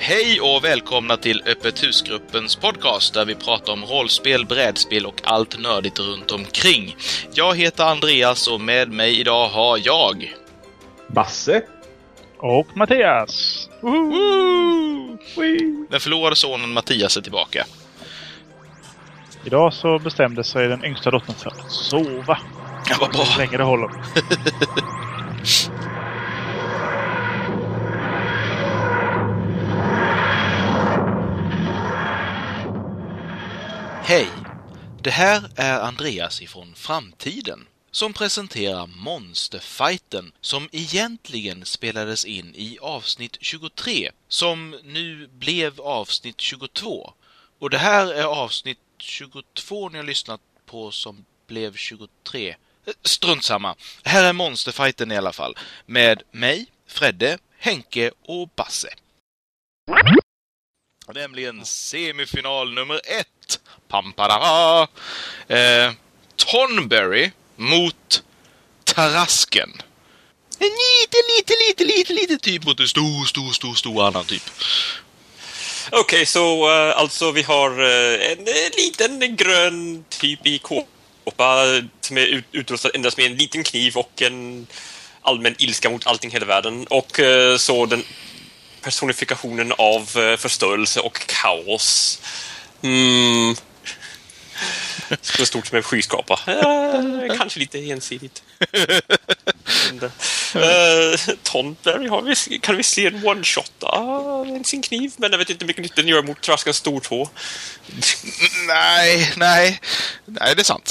Hej och välkomna till Öppet husgruppens podcast där vi pratar om rollspel, brädspel och allt nördigt runt omkring. Jag heter Andreas och med mig idag har jag... Basse. Och Mattias. Den förlorade sonen Mattias är tillbaka. Idag så bestämde sig den yngsta dottern för att sova. Ja, vad bra. Så länge det håller. Hej! Det här är Andreas ifrån framtiden som presenterar Monsterfighten som egentligen spelades in i avsnitt 23 som nu blev avsnitt 22. Och det här är avsnitt 22 ni har lyssnat på som blev 23. Strunt samma. Här är Monsterfighten i alla fall med mig, Fredde, Henke och Basse. Nämligen semifinal nummer 1. Pampadara. Tonberry mot Tarasken. En lite typ mot en stor annan typ. Okej, så alltså vi har en liten grön typ i kåpa som är utrustad endast med en liten kniv och en allmän ilska mot allting i hela världen. Och så den personifikationen av förstörelse och kaos. Så stort som en skyskrapa. Kanske lite ensidigt. Tonberry kan vi se en one-shotta med sin kniv, men jag vet inte hur mycket nytt den gör mot Traskens stortå. Nej, det är sant.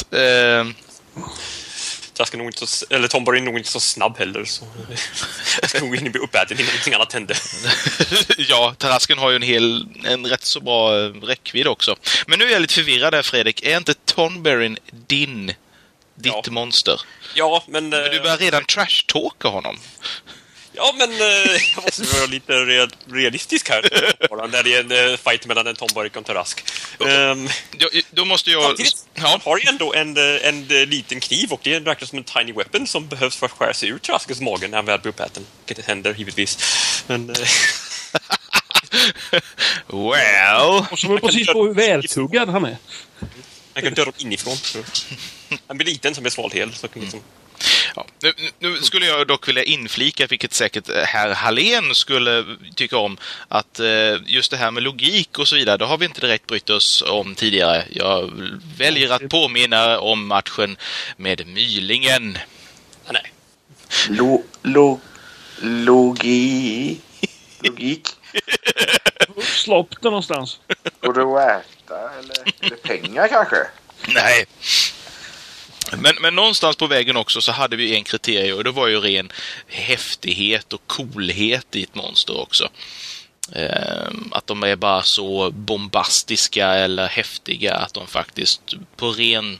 Trasken nog inte så, eller Tonberry är nog inte så snabb heller, så jag ska nog inte bli uppäten innan någonting annat händer. Ja, Tarasken har ju en rätt så bra räckvidd också. Men nu är jag lite förvirrad där, Fredrik. Är inte Tonberry ditt monster? Ja, men du börjar redan trash-talka honom. Ja, men jag måste vara lite realistisk här. Där det är en fight mellan en Tonberry och en Tarask. Då måste jag... Han har ju ändå en liten kniv, och det räknas som en tiny weapon som behövs för att skära sig ur Taraskens magen när han väl blir uppäten. Vilket händer, givetvis. Men... well... Och så var precis på hur vältuggad han är. Han kan döda inifrån. Han blir liten som är svalhel. Så kan liksom... Ja, nu skulle jag dock vilja inflika, vilket säkert herr Hallén skulle tycka om, att just det här med logik och så vidare, det har vi inte direkt brytt oss om tidigare. Jag väljer att påminna om matchen med Mylingen. Nej. Logik. Slopp det någonstans. Går det att äta eller pengar kanske? Nej. Men någonstans på vägen också så hade vi en kriterie, och det var ju ren häftighet och coolhet i ett monster också. Att de är bara så bombastiska eller häftiga att de faktiskt på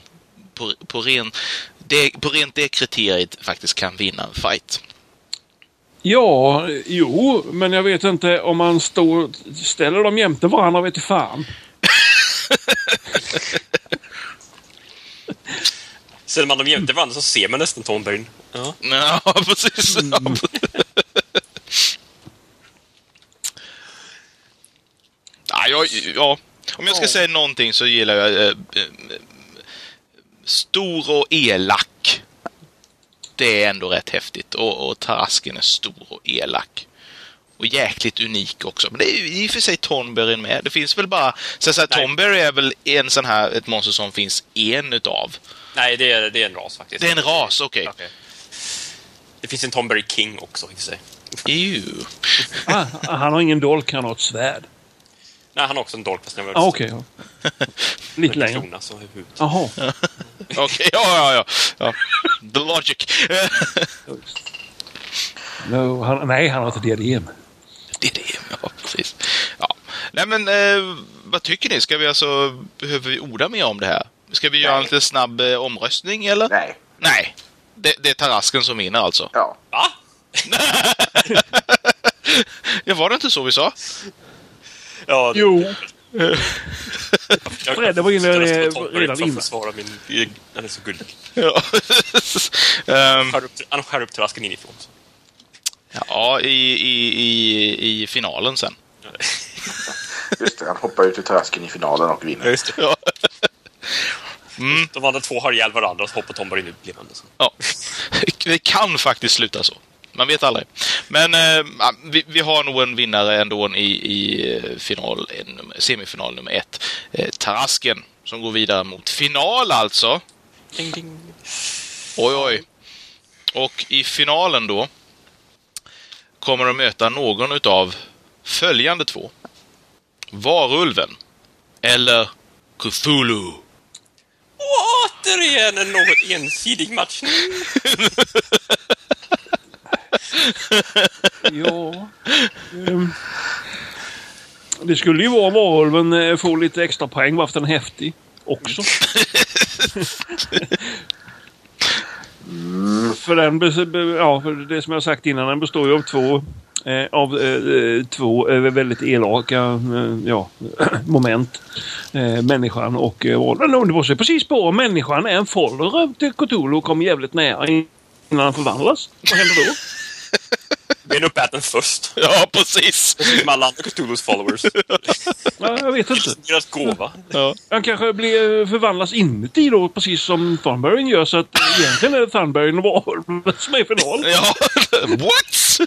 rent det kriteriet faktiskt kan vinna en fight. Ja, jo, men jag vet inte om man ställer dem jämte varandra, vet du fan. Ställer man dem jämte varandra så ser man nästan Tonberry. Ja, precis. Ja. Om jag ska säga någonting så gillar jag stor och elak. Det är ändå rätt häftigt. Och Tarasken är stor och elak. Och jäkligt unik också. Men det är ju i och för sig Tonberry med. Det finns väl bara... Så Tonberry är väl en sån här... Ett monster som finns en utav. Nej, det är en ras faktiskt. Det är en ras, okej. Okay. Det finns en Tonberry King också, i sig. Han har ingen dolk, han har ett svärd. Nej, han har också en dolk, fast den var okej. Lite längre. Jaha. Okej, ja. The logic. No, han har ett diadem. Diadem, ja, precis. Ja. Nej, men vad tycker ni? Behöver vi orda mer om det här? Ska vi göra en lite snabb omröstning, eller? Nej. Det är Tarasken som vinner, alltså. Ja. Va? Ja, var det inte så vi sa? Ja, jo. Det var inne redan innan. Svara min... Han är så gullig. Ja. Han skär upp Tarasken inifrån. Så. Ja, i finalen sen. Just det, han hoppar ut i trasken i finalen och vinner. Just det. Ja. De andra två har ihjäl varandra och så hoppar Tom bara in ut levande. Ja. Det kan faktiskt sluta så. Man vet aldrig. Men vi har nog en vinnare ändå i semifinal nummer 1. Tarasken som går vidare mot final alltså. Ding, ding. Oj. Och i finalen då kommer de möta någon utav följande två. Varulven eller Cthulhu. Återigen en något ensidig matchning. Ja. Det skulle ju vara varulven få lite extra poäng varför den är häftig också. För den för det som jag sagt innan, den består ju av två väldigt elaka moment. Människan och varulven. Det var så precis på människan är en folder till Cthulhu och kommer jävligt nära innan han förvandlas. Vad händer då? Vi är uppäten först. Ja, precis. Precis som alla andra Cthulhus followers. Ja, jag vet inte. Deras gåva. Ja. Han kanske förvandlas inuti då, precis som Thornberryn gör, så att egentligen är det Thornberryn och varulven som är i final. Ja, what?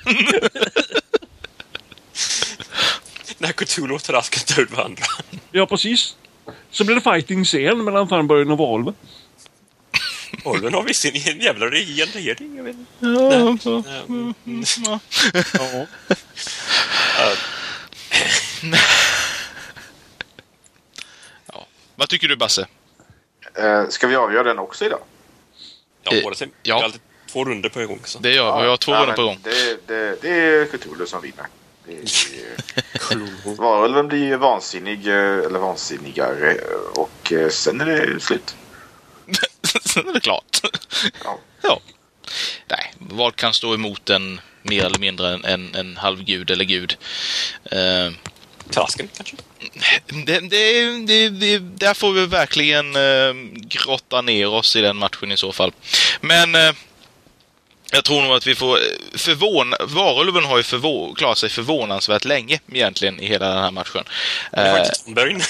När Cthulhu och Tarasken tar ut varandra. Ja, precis. Så blir det fighting-scen mellan Thornberryn och varulven. Orven har visserligen en jävla regering, jag vet inte. Ja. Vad tycker du, Basse? Ska vi avgöra den också idag? Ja, både sig. Ja. Det är alltid 2 runder på en gång. Så. Det gör vi. Jag har 2 runder på gång. Det är Cthulhu som vinner. Varulven blir ju vansinnig eller vansinnigare och sen är det slut. Sen är det klart. Ja. Nej, vad kan stå emot en mer eller mindre en halvgud eller gud? Tarasken kanske? Där får vi verkligen grotta ner oss i den matchen i så fall. Men jag tror nog att vi får varulven har ju klarat sig förvånansvärt länge egentligen i hela den här matchen. Det var inte Thornberryn.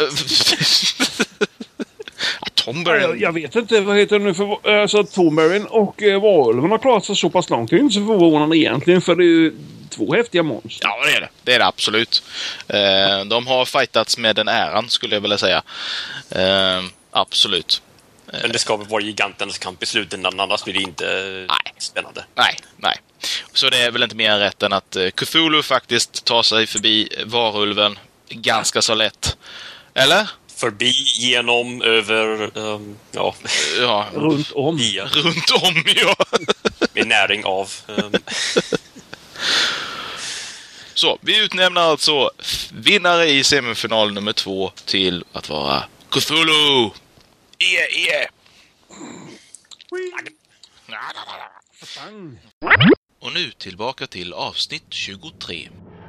Thornberryn. Jag vet inte, vad heter det nu för... Alltså, Thornberryn och varulven har klarat sig så pass långt. Det är inte så förvånande egentligen, för det är ju 2 häftiga monster. Ja, det är det. Det är det absolut. De har fightats med den äran, skulle jag vilja säga. Absolut. Men det ska väl vara gigantens kamp i slutändan, annars blir det inte spännande. Nej. Så det är väl inte mer än rätt än att Cthulhu faktiskt tar sig förbi varulven ganska så lätt. Eller? Förbi, genom, över, ja. Runt om. Via. Runt om, ja. Med näring av. Så, vi utnämner alltså vinnare i semifinal nummer 2 till att vara Cthulhu. Yeah. Och nu tillbaka till avsnitt 23.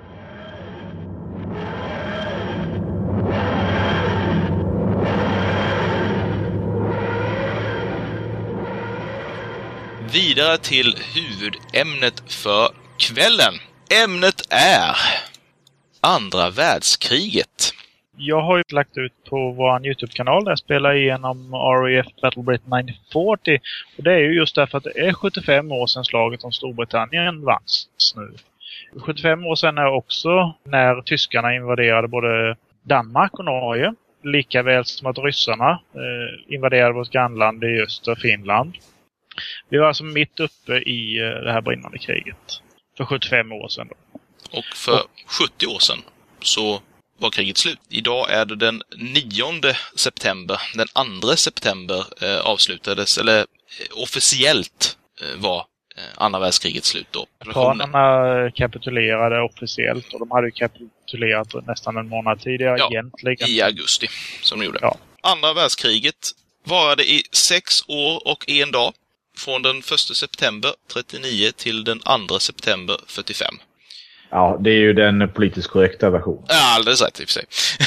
Vidare till huvudämnet för kvällen. Ämnet är andra världskriget. Jag har ju lagt ut på vår YouTube-kanal där jag spelar igenom RAF Battle Britain 1940. Och det är ju just därför att det är 75 år sedan slaget om Storbritannien vanns nu. 75 år sedan är också när tyskarna invaderade både Danmark och Norge. Lika väl som att ryssarna invaderade vårt grannland i öster, Finland. Vi var alltså mitt uppe i det här brinnande kriget. För 75 år sedan då. Och för 70 år sedan så var kriget slut. Idag är det den 9 september. Den 2 september avslutades, eller officiellt var andra världskriget slut då. Japanerna kapitulerade officiellt och de hade ju kapitulerat nästan en månad tidigare egentligen. I augusti som de gjorde. Ja. Andra världskriget varade i 6 år och 1 dag. Från den 1 september 39 till den 2 september 45. Ja, det är ju den politiskt korrekta versionen. Ja, alldeles rätt i och för sig.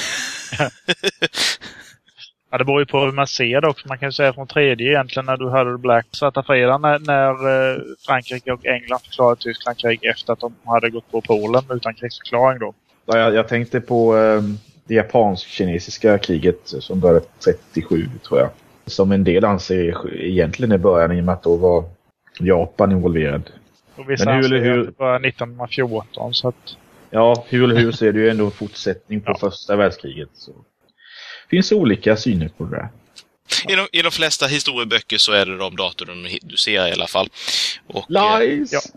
Ja, det beror ju på hur man ser det också. Man kan ju säga från tredje egentligen när du hade Black Svarta fredag när Frankrike och England förklarade Tyskland krig efter att de hade gått på Polen utan krigsförklaring då. Jag tänkte på det japansk-kinesiska kriget som började 37 tror jag. Som en del anser egentligen i början i och med att då var Japan involverad. Och vissa anser att det var 1914 så att... Ja, hur eller hur så är det ju ändå en fortsättning på första världskriget. Så. Det finns olika syner på det där. I de flesta historieböcker så är det de datumen du ser i alla fall. Och, Lies! Ja.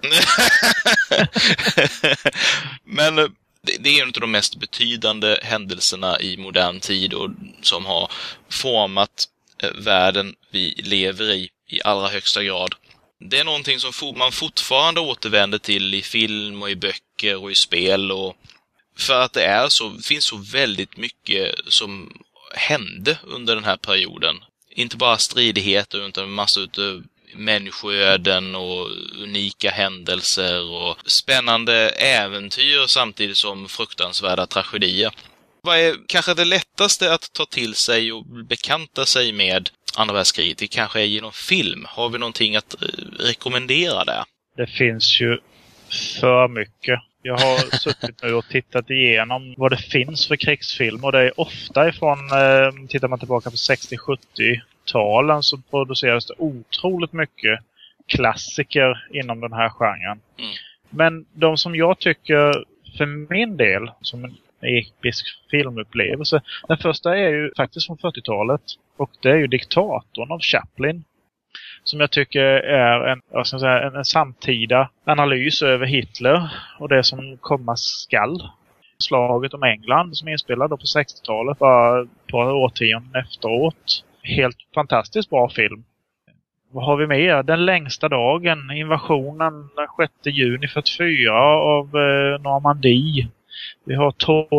Men det är ju inte de mest betydande händelserna i modern tid och som har format världen vi lever i allra högsta grad. Det är någonting som man fortfarande återvänder till i film och i böcker och i spel. Och för att det finns så väldigt mycket som hände under den här perioden. Inte bara stridigheter utan massor av människoöden och unika händelser och spännande äventyr samtidigt som fruktansvärda tragedier. Vad är kanske det lättaste att ta till sig och bekanta sig med andra världskriget? Det kanske är genom film. Har vi någonting att rekommendera där? Det finns ju för mycket. Jag har suttit nu och tittat igenom vad det finns för krigsfilm. Och det är ofta ifrån, tittar man tillbaka på 60-70-talen så produceras det otroligt mycket klassiker inom den här genren. Mm. Men de som jag tycker för min del som en episk filmupplevelse. Den första är ju faktiskt från 40-talet. Och det är ju Diktatorn av Chaplin. Som jag tycker är en samtida analys över Hitler och det som komma skall. Slaget om England som är inspelad på 60-talet bara ett par årtionden efteråt. Helt fantastiskt bra film. Vad har vi mer? Den längsta dagen, invasionen den 6 juni 44 av Normandie. Vi har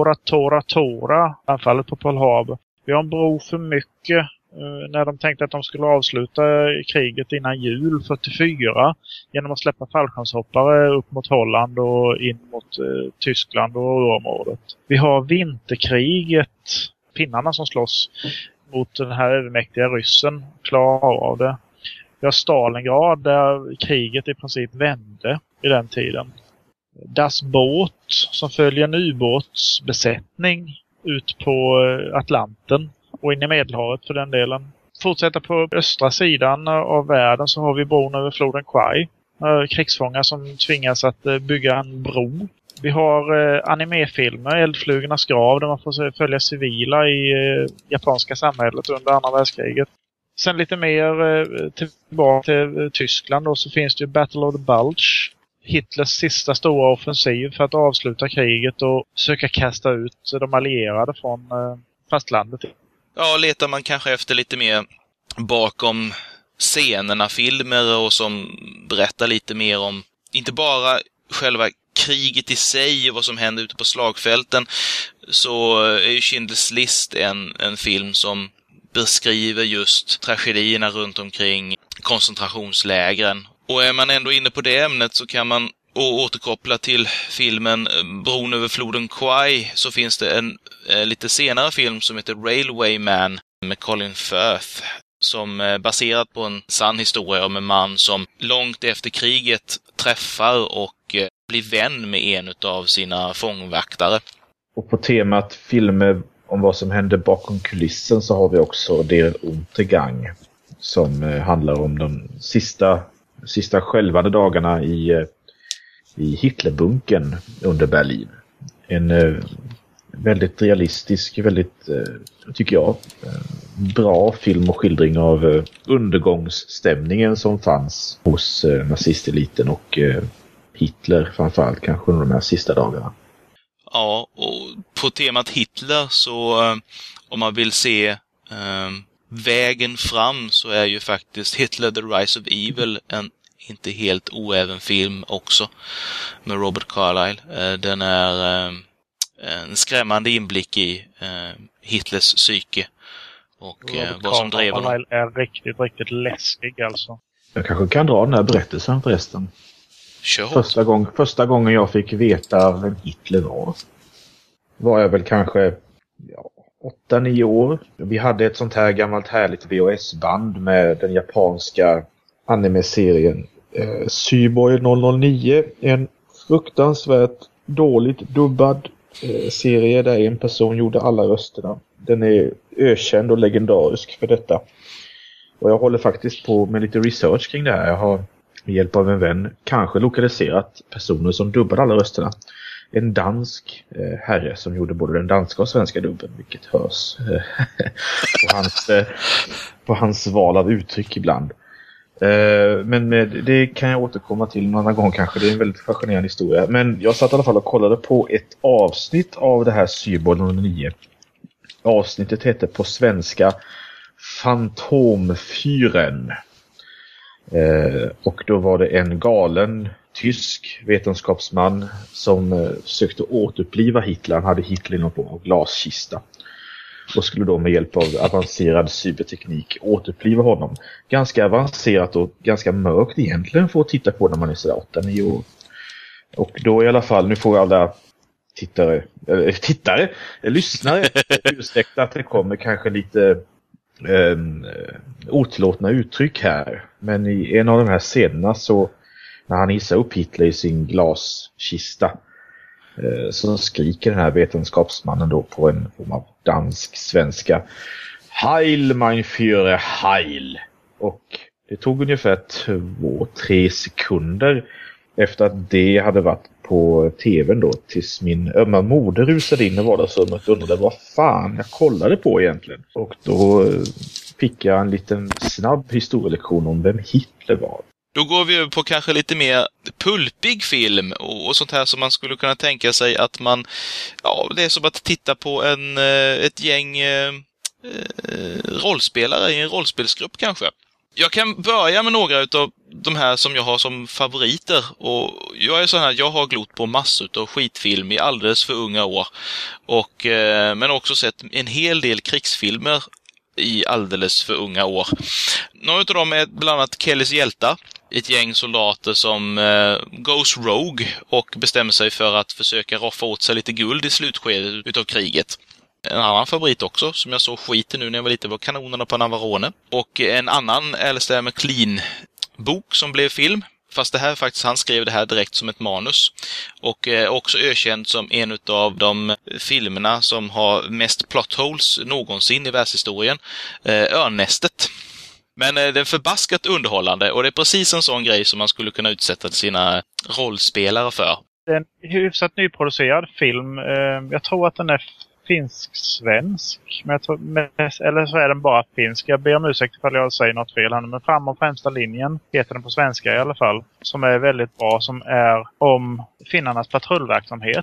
Tora, anfallet på Pearl Harbor. Vi har en bro för mycket när de tänkte att de skulle avsluta kriget innan jul 44 genom att släppa fallskärmshoppare upp mot Holland och in mot Tyskland och området. Vi har vinterkriget, pinnarna som slåss mot den här övermäktiga ryssen, klarar av det. Vi har Stalingrad där kriget i princip vände i den tiden. Das Boot som följer en ubåtsbesättning ut på Atlanten och in i Medelhavet för den delen. Fortsätta på östra sidan av världen så har vi bron över floden Kwai. Krigsfångar som tvingas att bygga en bro. Vi har animefilmer, Eldflugornas grav där man får följa civila i japanska samhället under andra världskriget. Sen lite mer tillbaka till Tyskland då, så finns det ju Battle of the Bulge. Hitlers sista stora offensiv för att avsluta kriget och söka kasta ut de allierade från fastlandet. Ja, letar man kanske efter lite mer bakom scenerna filmer och som berättar lite mer om inte bara själva kriget i sig och vad som händer ute på slagfälten, så är ju Schindler's List en film som beskriver just tragedierna runt omkring koncentrationslägren. Och är man ändå inne på det ämnet så kan man återkoppla till filmen Bron över floden Kwai, så finns det en lite senare film som heter Railwayman med Colin Firth som är baserad på en sann historia om en man som långt efter kriget träffar och blir vän med en av sina fångvaktare. Och på temat filmer om vad som händer bakom kulissen så har vi också Der Untergang som handlar om de sista skälvande dagarna i Hitlerbunken under Berlin. En väldigt realistisk, väldigt, tycker jag, bra film och skildring av undergångsstämningen som fanns hos nazisteliten och Hitler framförallt kanske under de här sista dagarna. Ja, och på temat Hitler så om man vill se vägen fram så är ju faktiskt Hitler the Rise of Evil en inte helt oäven film också med Robert Carlyle. Den är en skrämmande inblick i Hitlers psyke och vad som drev honom. Carlyle är riktigt läskig alltså. Jag kanske kan dra den här berättelsen förresten. Kör första gången jag fick veta vem Hitler var jag väl kanske 8-9 år. Vi hade ett sånt här gammalt härligt VHS-band med den japanska anime-serien Syboy 009. En fruktansvärt dåligt dubbad serie där en person gjorde alla rösterna. Den är ökänd och legendarisk för detta. Och jag håller faktiskt på med lite research kring det här. Jag har med hjälp av en vän kanske lokaliserat personer som dubbade alla rösterna. En dansk herre som gjorde både den danska och svenska dubben, vilket hörs på hans val av uttryck ibland. Men det kan jag återkomma till en annan gång kanske. Det är en väldigt fascinerande historia. Men jag satt i alla fall och kollade på ett avsnitt av det här Syrbol 09. Avsnittet heter på svenska Fantomfyren. Och då var det en galen tysk vetenskapsman som sökte återuppliva Hitler. Han hade Hitler i någon form av glaskista. Och skulle då med hjälp av avancerad cyberteknik återuppliva honom. Ganska avancerat och ganska mörkt egentligen för att titta på när man är sådär 8-9 år. Och då i alla fall, nu får alla lyssnare ursäkta att det kommer kanske lite otillåtna uttryck här. Men i en av de här scenerna så när han hissar upp Hitler i sin glaskista så skriker den här vetenskapsmannen då på en form av dansk-svenska Heil mein Führer, Heil! Och det tog ungefär 2-3 sekunder efter att det hade varit på tvn då tills min ömma moder rusade in i vardagsrummet och undrade vad fan jag kollade på egentligen. Och då fick jag en liten snabb historielektion om vem Hitler var. Då går vi över på kanske lite mer pulpig film och sånt här som man skulle kunna tänka sig att man, ja, det är som att titta på ett gäng rollspelare i en rollspelsgrupp kanske. Jag kan börja med några utav de här som jag har som favoriter, och jag är så här, jag har glott på massor av skitfilm i alldeles för unga år och men också sett en hel del krigsfilmer i alldeles för unga år. Några av dem är bland annat Kellys hjältar, ett gäng soldater som goes rogue och bestämmer sig för att försöka roffa åt sig lite guld i slutskedet utav kriget. En annan favorit också, som jag såg skiten nu när jag var lite, var Kanonerna på Navarone. Och en annan Alistair MacLean-bok som blev film. Fast det här faktiskt, han skrev det här direkt som ett manus. Och också ökänd som en av de filmerna som har mest plot holes någonsin i världshistorien. Örnnästet. Men det är förbaskat underhållande, och det är precis en sån grej som man skulle kunna utsätta sina rollspelare för. Det är en hyfsat nyproducerad film. Jag tror att den är finsk-svensk. Men jag tror, eller så är den bara finsk. Jag ber om ursäkt ifall jag säger något fel här. Men Fram och främsta linjen heter den på svenska i alla fall. Som är väldigt bra. Som är om finnarnas patrullverksamhet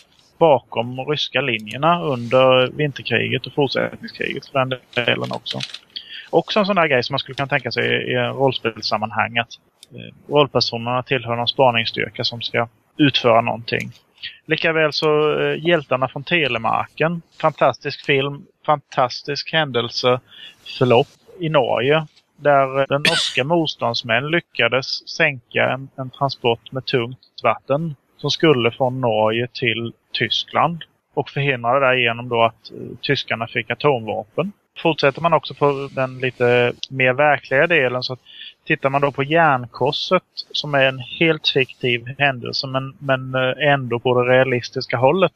bakom ryska linjerna under vinterkriget och fortsättningskriget för den delen också. Också en sån där grej som man skulle kunna tänka sig i en rollspelssammanhang. Att rollpersonerna tillhör någon spaningsstyrka som ska utföra någonting. Likaväl så Hjältarna från Telemarken. Fantastisk film, fantastisk händelseförlopp i Norge. Där den norska motståndsmän lyckades sänka en transport med tungt vatten som skulle från Norge till Tyskland. Och förhindrade därigenom då att tyskarna fick atomvapen. Fortsätter man också på den lite mer verkliga delen, så tittar man då på Järnkorset som är en helt fiktiv händelse men ändå på det realistiska hållet.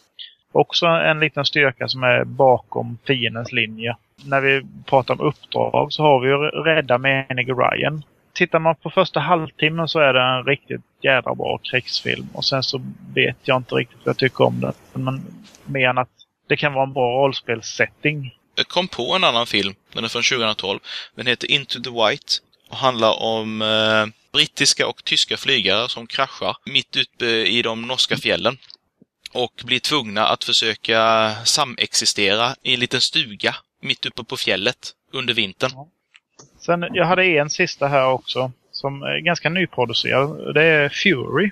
Också en liten styrka som är bakom fiendens linje. När vi pratar om uppdrag så har vi ju rädda menige Ryan. Tittar man på första halvtimmen så är det en riktigt jädra bra krigsfilm. Och sen så vet jag inte riktigt vad jag tycker om det. Men mer än att det kan vara en bra rollspelssetting. Jag kom på en annan film, den är från 2012. Den heter Into the White och handlar om brittiska och tyska flygare som kraschar mitt uppe i de norska fjällen och blir tvungna att försöka samexistera i en liten stuga mitt uppe på fjället under vintern. Sen, jag hade en sista här också som är ganska nyproducerad. Det är Fury.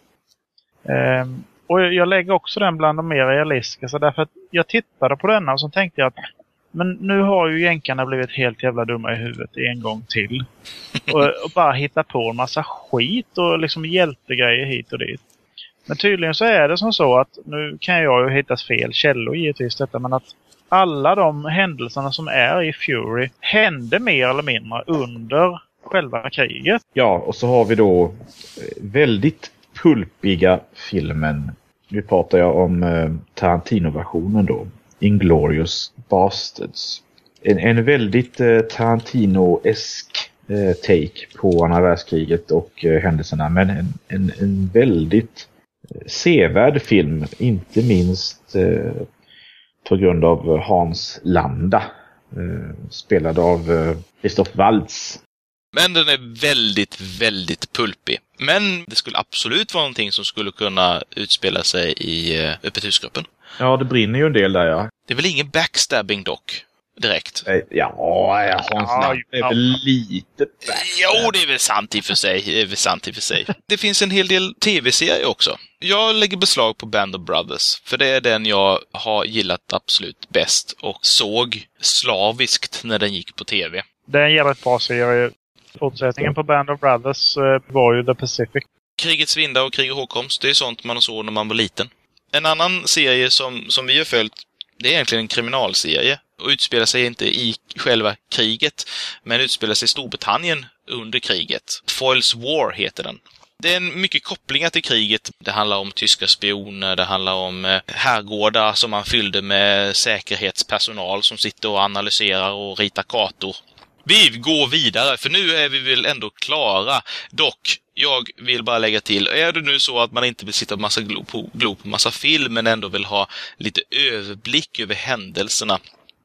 Och jag lägger också den bland de mer realistiska, så därför att jag tittade på denna och så tänkte jag att men nu har ju jänkarna blivit helt jävla dumma i huvudet en gång till. Och bara hitta på en massa skit och liksom hjältegrejer hit och dit. Men tydligen så är det som så att, nu kan jag ju hitta fel källor givetvis detta, men att alla de händelserna som är i Fury hände mer eller mindre under själva kriget. Ja, och så har vi då väldigt pulpiga filmen Vi pratar ju om Tarantino-versionen då. Inglourious Basterds. En väldigt Tarantino-esk take på andra världskriget och händelserna. Men en väldigt sevärd film. Inte minst på grund av Hans Landa. Spelad av Christoph Waltz. Men den är väldigt, väldigt pulpig. Men det skulle absolut vara någonting som skulle kunna utspela sig i Öppet husgruppen. Ja, det brinner ju en del där, ja. Det är väl ingen backstabbing dock, direkt? Ja, Hans Landa är väl lite backstab. Jo, det är väl sant i och för sig. Det finns en hel del tv-serier också. Jag lägger beslag på Band of Brothers, för det är den jag har gillat absolut bäst och såg slaviskt när den gick på tv. Det är en jävligt bra serie. Fortsättningen på Band of Brothers var ju The Pacific. Krigets vindar och Krig och hågkomst, det är sånt man såg när man var liten. En annan serie som vi har följt, det är egentligen en kriminalserie. Och utspelar sig inte i själva kriget, men utspelar sig i Storbritannien under kriget. Foyles War heter den. Det är mycket kopplingar till kriget. Det handlar om tyska spioner, det handlar om herrgårdar som man fyllde med säkerhetspersonal som sitter och analyserar och ritar kartor. Vi går vidare, för nu är vi väl ändå klara. Dock, jag vill bara lägga till, är det nu så att man inte vill sitta och glo på massa film, men ändå vill ha lite överblick över händelserna,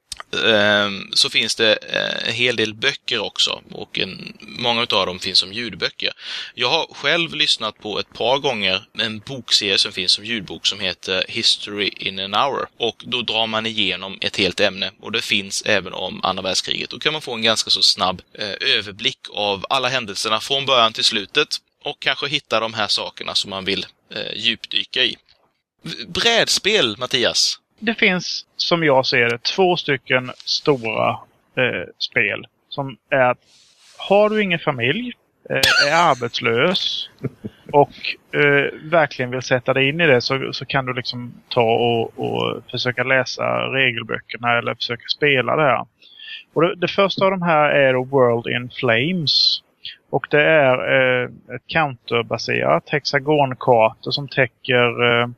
så finns det en hel del böcker också, och många av dem finns som ljudböcker. Jag har själv lyssnat på ett par gånger en bokserie som finns som ljudbok som heter History in an Hour, och då drar man igenom ett helt ämne, och det finns även om andra världskriget. Då kan man få en ganska så snabb överblick av alla händelserna från början till slutet, och kanske hitta de här sakerna som man vill djupdyka i. Brädspel, Mattias? Det finns, som jag ser det, 2 stycken stora spel. Som är, har du ingen familj, är arbetslös och verkligen vill sätta dig in i det, så kan du liksom ta och försöka läsa regelböckerna eller försöka spela det här. Och det första av de här är World in Flames. Och det är ett counterbaserat hexagonkartor som täcker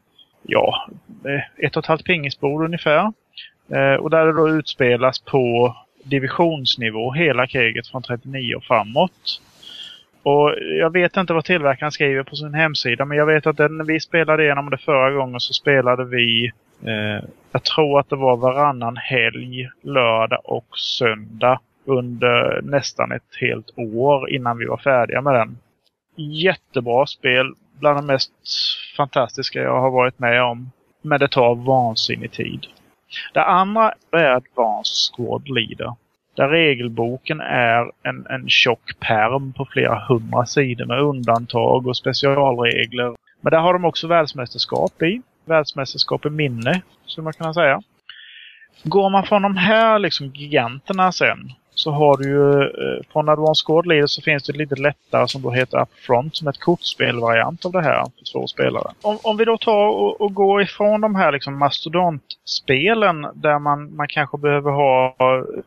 1,5 pingisbord ungefär. Och där det då utspelas på divisionsnivå hela kriget från 39 och framåt. Och jag vet inte vad tillverkaren skriver på sin hemsida, men jag vet att när vi spelade igenom det förra gången så spelade vi, jag tror att det var varannan helg, lördag och söndag under nästan ett helt år innan vi var färdiga med den. Jättebra spel, bland de mest fantastiska jag har varit med om, men det tar vansinnig tid. Det andra är Advanced Squad Leader, där regelboken är en tjock pärm på flera 100 sidor med undantag och specialregler. Men där har de också världsmästerskap i minne, skulle man kunna säga. Går man från de här liksom giganterna sen, så har du ju från Advanced Squad Leader så finns det lite lättare som då heter Upfront, som ett kortspelvariant av det här för 2 spelare. Om vi då tar och går ifrån de här liksom mastodontspelen där man kanske behöver ha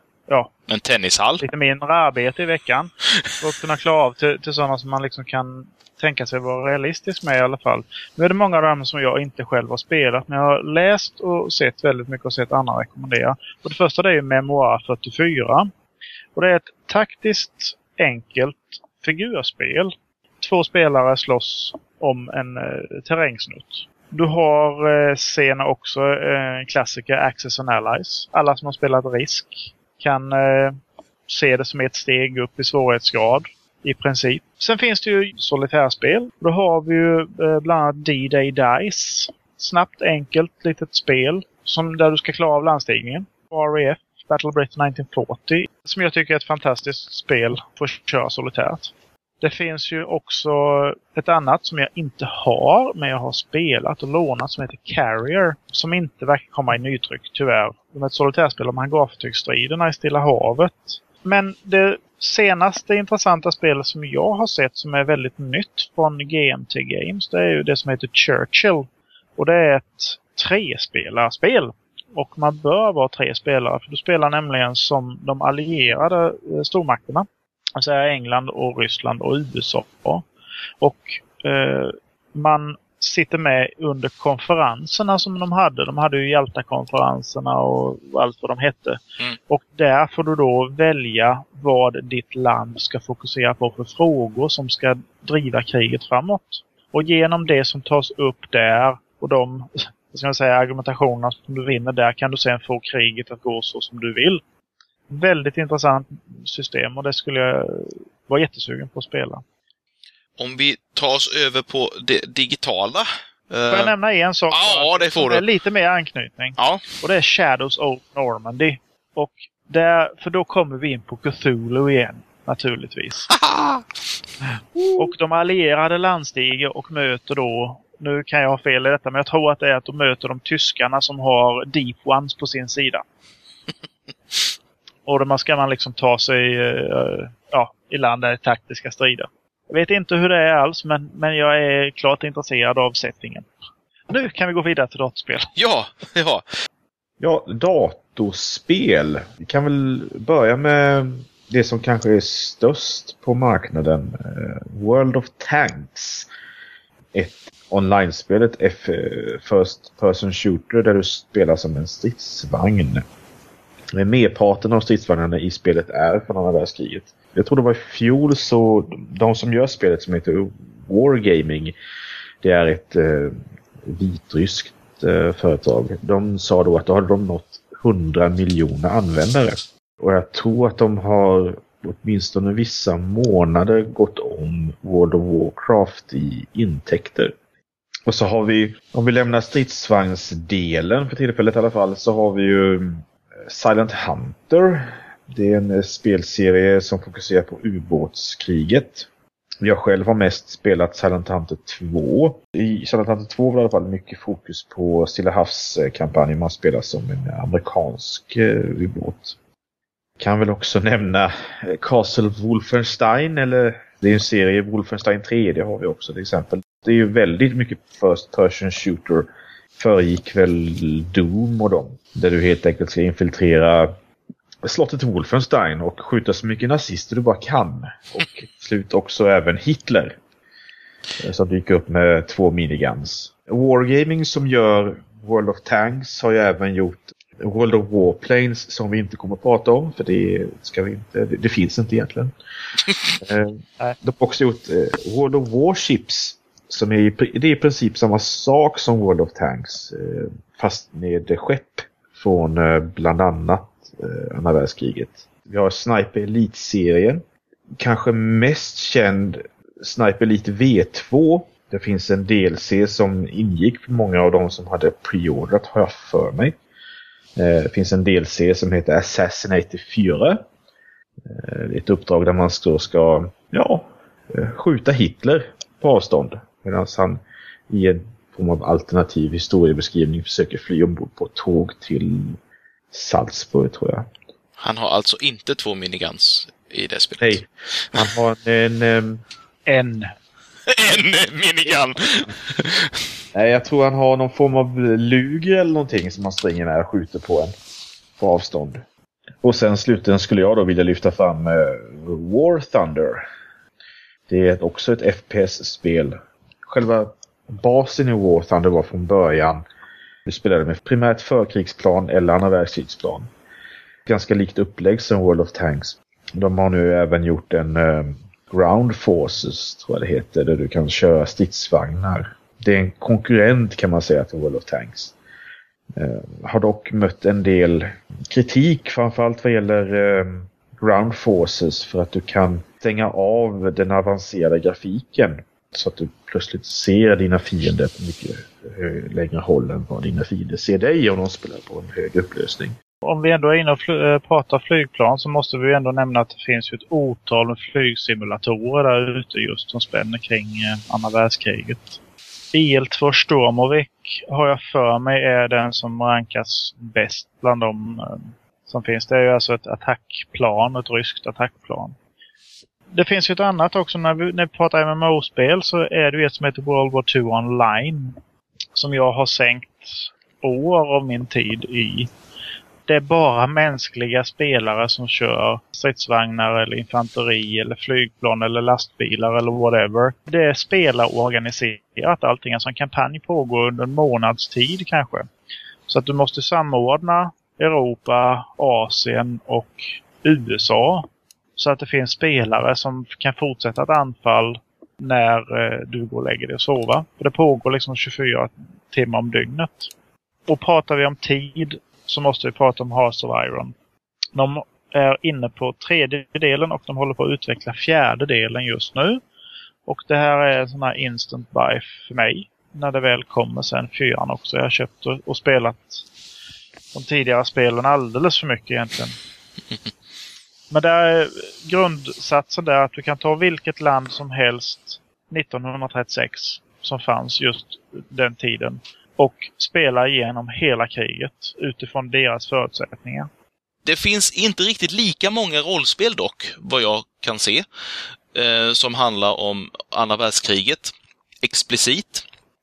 en tennishall, lite mindre arbete i veckan för att kunna klara av till sådana som man liksom kan tänka sig vara realistisk med i alla fall. Nu är det många av dem som jag inte själv har spelat, men jag har läst och sett väldigt mycket och sett andra rekommendera. Och det första, det är ju Memoir 44. Och det är ett taktiskt enkelt figurspel. 2 spelare slåss om en terrängsnutt. Du har senare också klassiker Axis and Allies. Alla som har spelat Risk kan se det som ett steg upp i svårighetsgrad i princip. Sen finns det ju solitärspel. Då har vi ju bland annat D-Day Dice. Snabbt, enkelt, litet spel där du ska klara av landstigningen. RAF, Battle Britain 1940, som jag tycker är ett fantastiskt spel för att köra solitärt. Det finns ju också ett annat som jag inte har, men jag har spelat och lånat, som heter Carrier, som inte verkar komma i nytryck, tyvärr. Det är ett solitärspel om hangarfartygsstriderna i Stilla havet. Men det senaste intressanta spelet som jag har sett, som är väldigt nytt från GMT Games, det är ju det som heter Churchill. Och det är ett 3-spelarspel. Och man bör vara 3 spelare, för du spelar nämligen som de allierade stormakterna. Alltså England och Ryssland och USA. Och man sitter med under konferenserna som de hade. De hade ju Jalta-konferenserna och allt vad de hette. Och där får du då välja vad ditt land ska fokusera på för frågor som ska driva kriget framåt. Och genom det som tas upp där och de argumentationerna som du vinner där kan du sen få kriget att gå så som du vill. Väldigt intressant system och det skulle jag vara jättesugen på att spela. Om vi tar oss över på det digitala. Får jag nämna en sak? Ja, det får du. Lite mer anknytning. Ja. Och det är Shadows of Normandy. Och för då kommer vi in på Cthulhu igen, naturligtvis. Och de allierade landstiger och möter då, nu kan jag ha fel i detta, men jag tror att det är att de möter de tyskarna som har Deep Ones på sin sida. Och då ska man liksom ta sig i land där i taktiska strider. Jag vet inte hur det är alls, men jag är klart intresserad av settingen. Nu kan vi gå vidare till datorspel. Ja, datorspel. Vi kan väl börja med det som kanske är störst på marknaden. World of Tanks. Ett online-spel, ett first person shooter där du spelar som en stridsvagn. Merparten av stridsvagnarna i spelet är från andra världskriget. Jag tror det var i fjol så de som gör spelet som heter Wargaming, det är ett vitryskt företag. De sa då att då hade de nått 100 miljoner användare. Och jag tror att de har åtminstone vissa månader gått om World of Warcraft i intäkter. Och så har vi, om vi lämnar stridsvagnsdelen för tillfället i alla fall, så har vi ju Silent Hunter. Det är en spelserie som fokuserar på ubåtskriget. Jag själv har mest spelat Silent Hunter 2. I Silent Hunter 2 var det i alla fall mycket fokus på Stilla havskampanjen. Man spelar som en amerikansk ubåt. Kan väl också nämna Castle Wolfenstein, eller det är en serie Wolfenstein 3, det har vi också till exempel. Det är ju väldigt mycket first person shooter. Föregick väl Doom och dem. Där du helt enkelt ska infiltrera slottet Wolfenstein och skjuta så mycket nazister du bara kan. Och slut också även Hitler. Som dyker upp med 2 miniguns. Wargaming som gör World of Tanks har ju även gjort World of Warplanes som vi inte kommer att prata om. För det finns inte egentligen. De har också gjort World of Warships. Som det är i princip samma sak som World of Tanks. Fast med skepp från bland annat andra världskriget. Vi har Sniper Elite-serien. Kanske mest känd Sniper Elite V2. Det finns en DLC som ingick för många av dem som hade preordrat, har jag för mig. Det finns en DLC som heter Assassinator 4. Ett uppdrag där man ska skjuta Hitler på avstånd. Medan han i en form av alternativ historiebeskrivning försöker fly ombord på ett tåg till Salzburg, tror jag. Han har alltså inte 2 miniguns i det spelet. Nej, han har en minigun. Nej, jag tror han har någon form av luger eller någonting som han springer med och skjuter på en på avstånd. Och sen slutligen skulle jag då vilja lyfta fram War Thunder. Det är också ett FPS-spel. Själva basen i War Thunder var från början. Du spelade med primärt förkrigsplan eller andra världskrigsplan. Ganska likt upplägg som World of Tanks. De har nu även gjort en Ground Forces, tror jag det heter, där du kan köra stridsvagnar. Det är en konkurrent, kan man säga, till World of Tanks. Har dock mött en del kritik, framförallt vad gäller Ground Forces, för att du kan stänga av den avancerade grafiken så att du plötsligt ser dina fiender på mycket längre håll än vad dina fiender ser dig om de spelar på en hög upplösning. Om vi ändå är inne och pratar flygplan så måste vi ändå nämna att det finns ju ett otal med flygsimulatorer där ute just som spänner kring andra världskriget. IL-2 Stormovik har jag för mig är den som rankas bäst bland de som finns. Det är ju alltså ett attackplan, ett ryskt attackplan. Det finns ju ett annat också, när vi pratar MMO-spel så är det ju ett som heter World War 2 Online. Som jag har sänkt år av min tid i. det är bara mänskliga spelare som kör stridsvagnar eller infanteri eller flygplan eller lastbilar eller whatever. Det är spelarorganiserat allting. Alltså en kampanj pågår under en månads tid kanske. Så att du måste samordna Europa, Asien och USA. Så att det finns spelare som kan fortsätta ett anfall när du går och lägger dig och sova. För det pågår liksom 24 timmar om dygnet. Och pratar vi om tid så måste vi prata om Hearts of Iron. De är inne på 3:e delen och de håller på att utveckla 4:e delen just nu. Och det här är en sån här instant buy för mig. När det väl kommer sen 4:an också. Jag har köpt och spelat de tidigare spelen alldeles för mycket egentligen. Men där är grundsatsen där att du kan ta vilket land som helst 1936 som fanns just den tiden och spela igenom hela kriget utifrån deras förutsättningar. Det finns inte riktigt lika många rollspel dock, vad jag kan se, som handlar om andra världskriget explicit.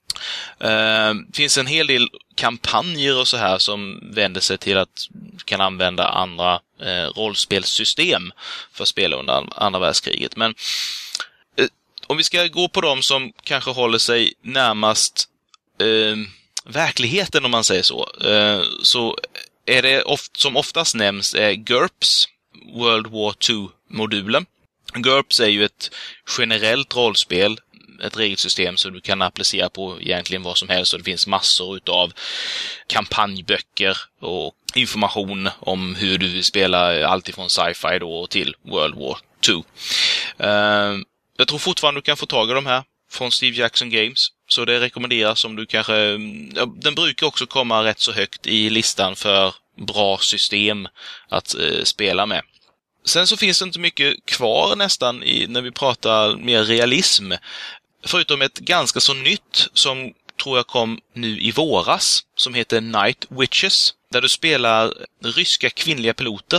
Det finns en hel del kampanjer och så här som vänder sig till att kan använda andra rollspelssystem för att spela under andra världskriget. Men om vi ska gå på dem som kanske håller sig närmast verkligheten, om man säger så är det som oftast nämns GURPS, World War II-modulen. GURPS är ju ett generellt rollspel, ett regelsystem som du kan applicera på egentligen vad som helst, och det finns massor utav kampanjböcker och information om hur du vill spela allt ifrån sci-fi då till World War II. Jag tror fortfarande du kan få tag i de här från Steve Jackson Games, så det rekommenderas om du kanske... Den brukar också komma rätt så högt i listan för bra system att spela med. Sen så finns det inte mycket kvar nästan när vi pratar mer realism. Förutom ett ganska så nytt som tror jag kom nu i våras, som heter Night Witches. Där du spelar ryska kvinnliga piloter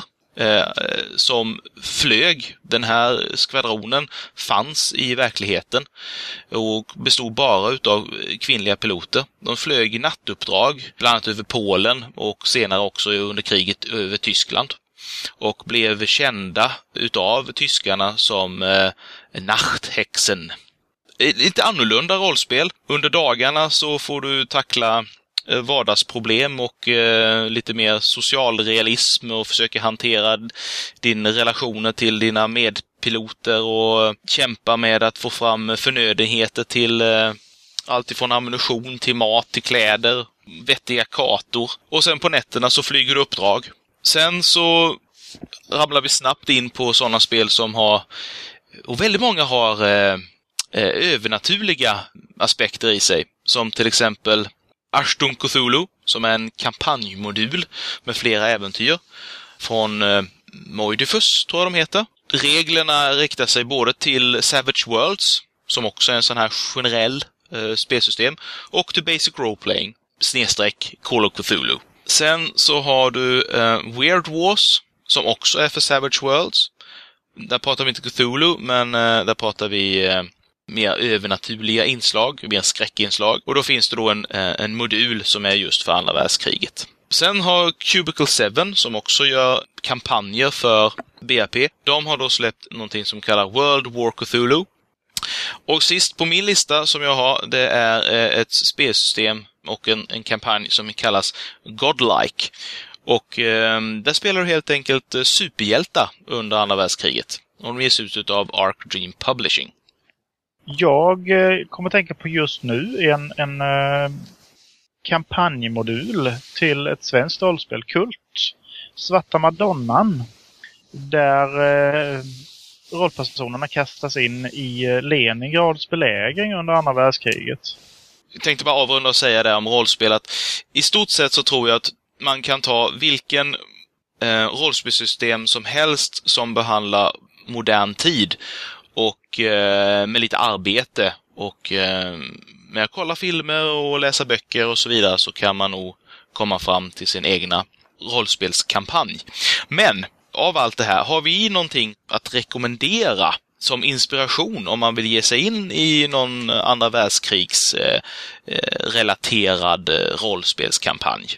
som flög. Den här skvadronen fanns i verkligheten och bestod bara utav kvinnliga piloter. De flög i nattuppdrag, bland annat över Polen och senare också under kriget över Tyskland. Och blev kända utav tyskarna som Nachthexen. Lite annorlunda rollspel. Under dagarna så får du tackla vardagsproblem och lite mer social realism och försöka hantera din relationer till dina medpiloter och kämpa med att få fram förnödenheter till allt ifrån ammunition till mat till kläder, vettiga kartor. Och sen på nätterna så flyger du uppdrag. Sen så ramlar vi snabbt in på sådana spel som har, och väldigt många har övernaturliga aspekter i sig. Som till exempel Achtung Cthulhu, som är en kampanjmodul med flera äventyr från Moidifus, tror jag de heter. Reglerna riktar sig både till Savage Worlds, som också är en sån här generell spelsystem, och till Basic Roleplaying / Call of Cthulhu. Sen så har du Weird Wars, som också är för Savage Worlds. Där pratar vi inte Cthulhu, men där pratar vi mer övernaturliga inslag, mer skräckinslag. Och då finns det då en modul som är just för andra världskriget. Sen har Cubicle 7, som också gör kampanjer för BAP. De har då släppt någonting som kallar World War Cthulhu. Och sist på min lista som jag har, det är ett spelsystem och en kampanj som kallas Godlike. Och där spelar du helt enkelt superhjältar under andra världskriget. Och de ges ut av Arc Dream Publishing. Jag kommer att tänka på just nu en kampanjmodul till ett svenskt rollspel, Kult. Svarta Madonnan. Där rollpersonerna kastas in i Leningrads belägring under andra världskriget. Jag tänkte bara avrunda och säga det om rollspel att i stort sett så tror jag att man kan ta vilken rollspelsystem som helst som behandlar modern tid och med lite arbete och med att kolla filmer och läsa böcker och så vidare, så kan man nog komma fram till sin egna rollspelskampanj. Men av allt det här, har vi någonting att rekommendera som inspiration om man vill ge sig in i någon andra världskrigs relaterad rollspelskampanj?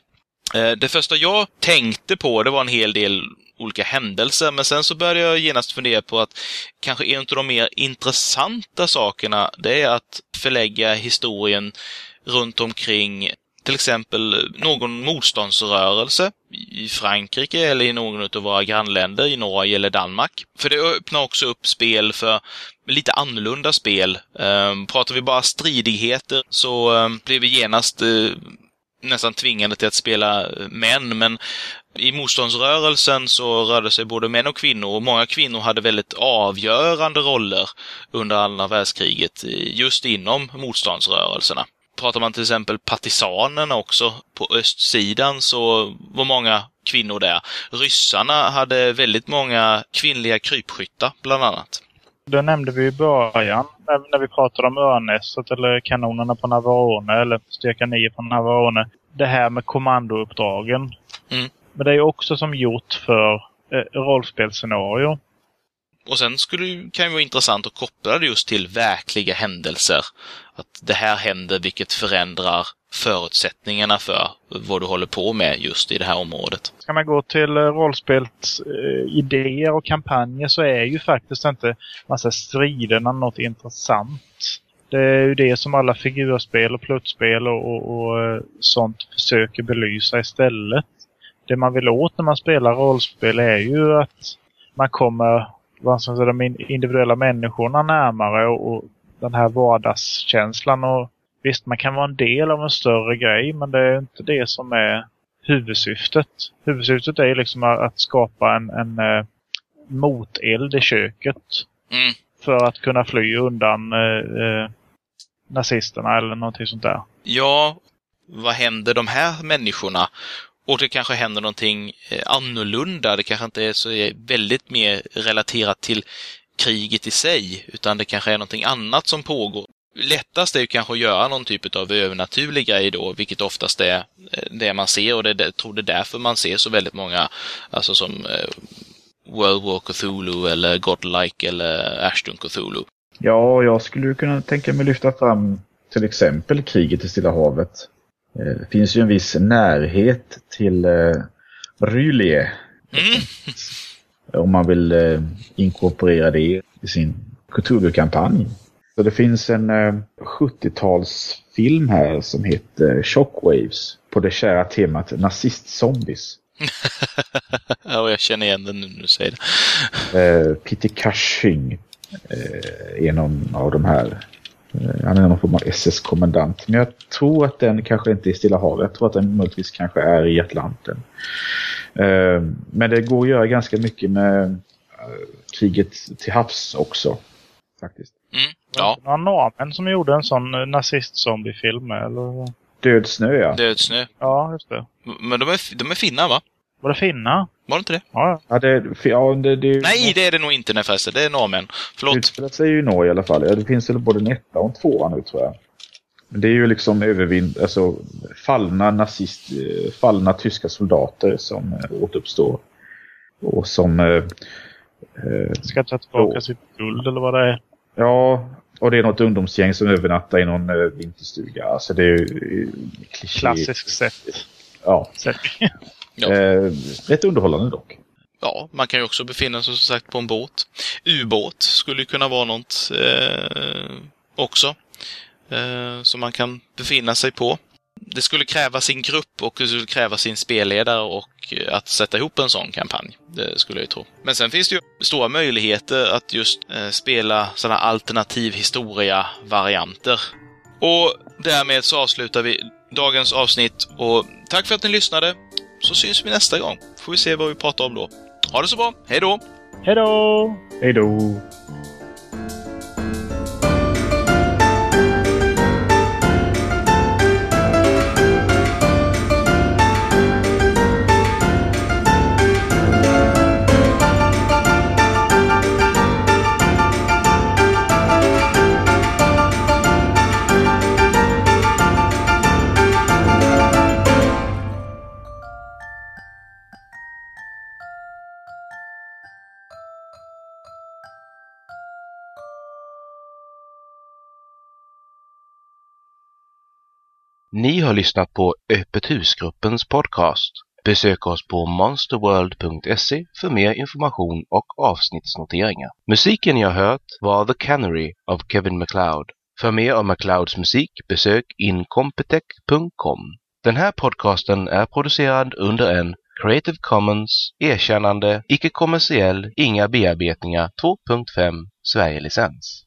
Det första jag tänkte på, det var en hel del olika händelser, men sen så började jag genast fundera på att kanske en av de mer intressanta sakerna, det är att förlägga historien runt omkring till exempel någon motståndsrörelse i Frankrike eller i någon av våra grannländer i Norge eller Danmark. För det öppnar också upp spel för lite annorlunda spel. Pratar vi bara stridigheter så blir vi genast nästan tvingade till att spela män, men i motståndsrörelsen så rörde sig både män och kvinnor, och många kvinnor hade väldigt avgörande roller under andra världskriget just inom motståndsrörelserna. Pratar man till exempel partisanerna också på östsidan, så var många kvinnor där. Ryssarna hade väldigt många kvinnliga krypskyttar bland annat. Det nämnde vi i början när vi pratade om Örnässet eller kanonerna på Navarone eller styrka 9 på Navarone. Det här med kommandouppdragen. Mm. Men det är ju också som gjort för rollspelsscenario. Och sen kan det vara intressant att koppla det just till verkliga händelser. Att det här händer, vilket förändrar förutsättningarna för vad du håller på med just i det här området. Ska man gå till rollspels idéer och kampanjer så är ju faktiskt inte massa striderna något intressant. Det är ju det som alla figurspel och pluttspel och sånt försöker belysa istället. Det man vill åt när man spelar rollspel är ju att man kommer de individuella människorna närmare och den här vardagskänslan. Och visst, man kan vara en del av en större grej, men det är inte det som är huvudsyftet. Huvudsyftet är ju liksom att skapa en moteld i köket för att kunna fly undan nazisterna eller någonting sånt där. Ja, vad händer de här människorna? Och det kanske händer någonting annorlunda. Det kanske inte är så väldigt mer relaterat till kriget i sig, utan det kanske är någonting annat som pågår. Lättast är ju kanske att göra någon typ av övernaturlig grej då, vilket oftast är det man ser, och jag tror det är därför man ser så väldigt många, alltså som World War Cthulhu eller Godlike eller Ashton Cthulhu. Ja, jag skulle kunna tänka mig lyfta fram till exempel kriget i Stilla havet. Det finns ju en viss närhet till R'lyeh. Om man vill inkorporera det i sin Cthulhu-kampanj. Så det finns en 70-talsfilm här som heter Shockwaves på det kära temat nazist-zombies. Ja, jag känner igen den nu när du säger det. Peter Cushing är någon av de här. Han är någon form av SS-kommandant. Men jag tror att den kanske inte är i Stilla havet. Jag tror att den möjligtvis kanske är i Atlanten. Men det går att göra ganska mycket med kriget till havs också. Faktiskt. Ja. Det var norrmän som gjorde en sån nazist-zombie-film, eller? Död snö, ja. Död snö. Ja, just det. Men de är finna, va? Var det finna? Var det inte det? Ja. Nej, det är det nog inte förresten. Det är norrmän. Förlåt. Utspelat sig ju i Norge i alla fall. Ja, det finns väl både en 1 och en 2 nu, tror jag. Men det är ju liksom fallna tyska soldater som återuppstår. Och som... ska ta tillbaka sitt guld, eller vad det är. Ja, och det är något ungdomsgäng som övernattar i någon vinterstuga. Alltså det är ju klassiskt sätt. Ja. Ja. Rätt underhållande dock. Ja, man kan ju också befinna sig som sagt på en båt. Ubåt skulle kunna vara något också. Som man kan befinna sig på. Det skulle kräva sin grupp och det skulle kräva sin spelledare och att sätta ihop en sån kampanj. Det skulle jag ju tro. Men sen finns det ju stora möjligheter att just spela sådana alternativ historia-varianter. Och därmed så avslutar vi dagens avsnitt. Och tack för att ni lyssnade. Så syns vi nästa gång. Får vi se vad vi pratar om då. Ha det så bra. Hej då! Hej då! Hej då! Ni har lyssnat på Öppet husgruppens podcast. Besök oss på monsterworld.se för mer information och avsnittsnoteringar. Musiken ni har hört var The Canary av Kevin MacLeod. För mer av MacLeods musik besök incompetech.com. Den här podcasten är producerad under en Creative Commons erkännande, icke-kommersiell, inga bearbetningar 2.5 Sverige-licens.